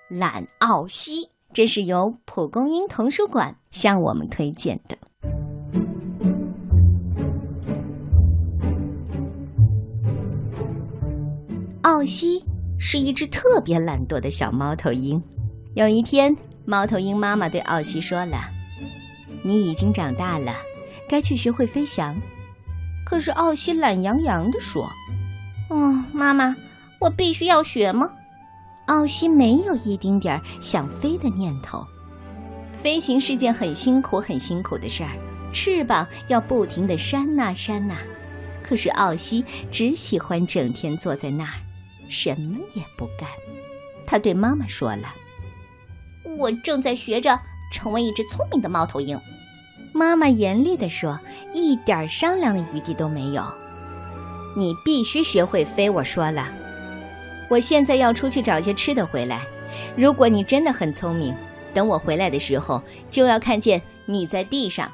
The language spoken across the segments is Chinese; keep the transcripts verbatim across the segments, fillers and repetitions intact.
懒奥西，这是由蒲公英童书馆向我们推荐的。奥西是一只特别懒惰的小猫头鹰。有一天，猫头鹰妈妈对奥西说了：“你已经长大了，该去学会飞翔。”可是奥西懒洋洋地说：“ 嗯，妈妈，我必须要学吗？” 奥西没有一丁点儿想飞的念头。飞行是件很辛苦很辛苦的事儿，翅膀要不停地扇呐扇呐。可是奥西只喜欢整天坐在那儿，什么也不干。他对妈妈说了：“ 我正在学着成为一只聪明的猫头鹰。” 妈妈严厉地说，一点商量的余地都没有。你必须学会飞，我说了。我现在要出去找些吃的回来。如果你真的很聪明，等我回来的时候，就要看见你在地上。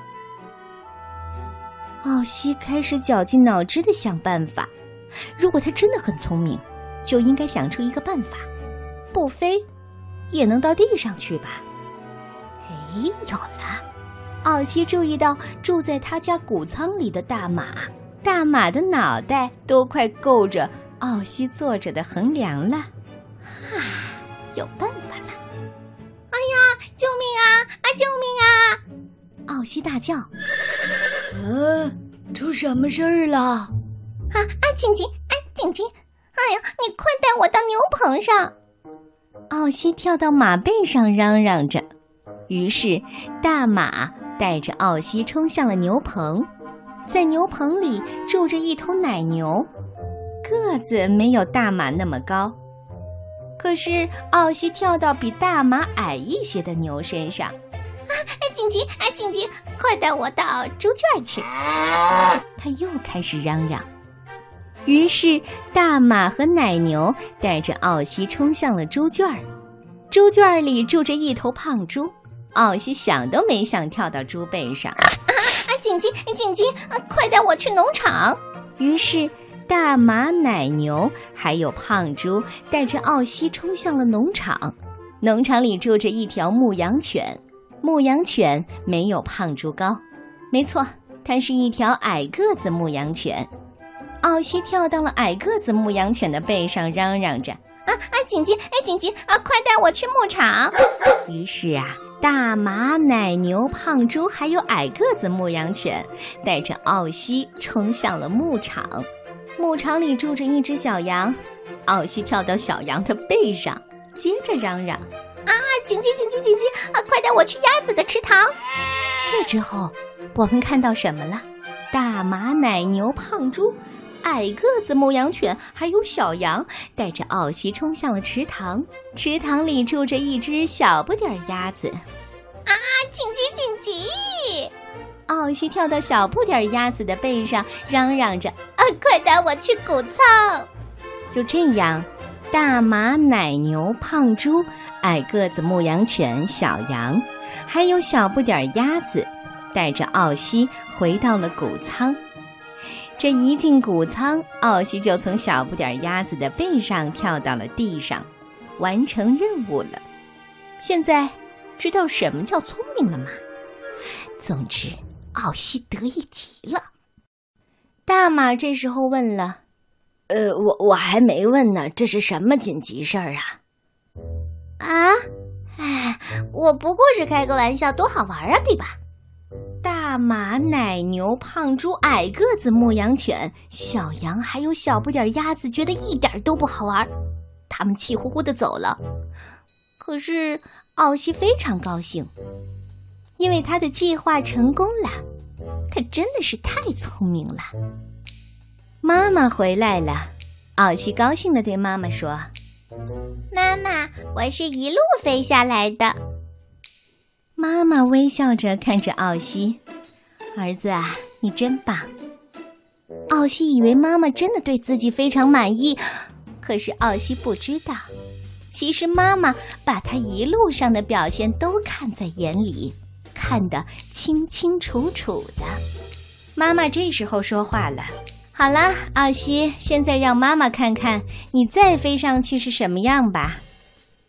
奥西开始绞尽脑汁地想办法。如果他真的很聪明，就应该想出一个办法，不飞也能到地上去吧。哎，有了！奥西注意到住在他家谷仓里的大马，大马的脑袋都快够着奥西坐着的横梁了。啊，有办法了！ 哎呀，救命啊！啊，救命啊！奥西大叫。 呃，出什么事儿了？ 啊啊，紧急！哎，紧急！哎呀，你快带我到牛棚上！ 奥西跳到马背上嚷嚷着。于是大马带着奥西冲向了牛棚。在牛棚里住着一头奶牛，个子没有大马那么高。可是奥西跳到比大马矮一些的牛身上。 啊，哎，紧急！哎，紧急！快带我到猪圈去！ 他又开始嚷嚷。于是大马和奶牛带着奥西冲向了猪圈。猪圈里住着一头胖猪，奥西想都没想跳到猪背上。 啊啊！紧急！紧急！啊，快带我去农场！ 于是大马、奶牛还有胖猪带着奥西冲向了农场。农场里住着一条牧羊犬，牧羊犬没有胖猪高，没错，它是一条矮个子牧羊犬。奥西跳到了矮个子牧羊犬的背上，嚷嚷着：“ 啊啊！紧急！哎，紧急！啊，快带我去牧场！” 于是啊，大马、奶牛、胖猪还有矮个子牧羊犬带着奥西冲向了牧场。牧场里住着一只小羊，奥西跳到小羊的背上，接着嚷嚷：“ 啊，紧急！紧急！紧急！啊，快带我去鸭子的池塘！” 这之后，我们看到什么了？大马、奶牛、胖猪、矮个子牧羊犬还有小羊带着奥西冲向了池塘。池塘里住着一只小不点儿鸭子。 啊，紧急！紧急！ 奥西跳到小不点儿鸭子的背上，嚷嚷着：“ 啊，快带我去谷仓！” 就这样，大马、奶牛、胖猪、矮个子牧羊犬、小羊，还有小不点儿鸭子，带着奥西回到了谷仓。这一进谷仓，奥西就从小不点儿鸭子的背上跳到了地上，完成任务了。现在知道什么叫聪明了吗？总之，奥西得意极了。大马这时候问了：“ 呃，我我还没问呢，这是什么紧急事儿啊？” 啊，哎，我不过是开个玩笑，多好玩啊，对吧？ 大马、奶牛、胖猪、矮个子牧羊犬、小羊还有小不点鸭子觉得一点都不好玩，他们气呼呼地走了。可是奥西非常高兴，因为他的计划成功了。他真的是太聪明了。妈妈回来了，奥西高兴地对妈妈说：“ 妈妈，我是一路飞下来的。” 妈妈微笑着看着奥西：“儿子啊，你真棒。”奥西以为妈妈真的对自己非常满意，可是奥西不知道，其实妈妈把他一路上的表现都看在眼里，看得清清楚楚的。妈妈这时候说话了：“好了，奥西，现在让妈妈看看你再飞上去是什么样吧。”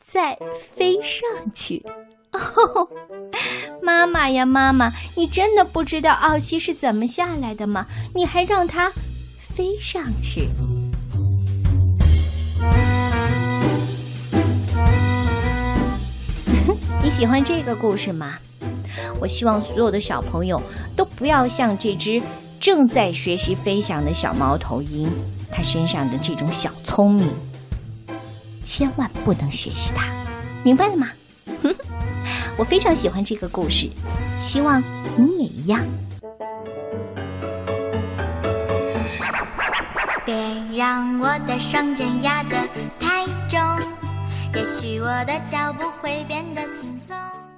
再飞上去。哦，妈妈呀妈妈，你真的不知道奥西是怎么下来的吗？你还让他飞上去。你喜欢这个故事吗？我希望所有的小朋友都不要像这只正在学习飞翔的小猫头鹰，它身上的这种小聪明，千万不能学习它，明白了吗？我非常喜欢这个故事，希望你也一样。 别让我的双肩压得太重，也许我的脚步会变得轻松。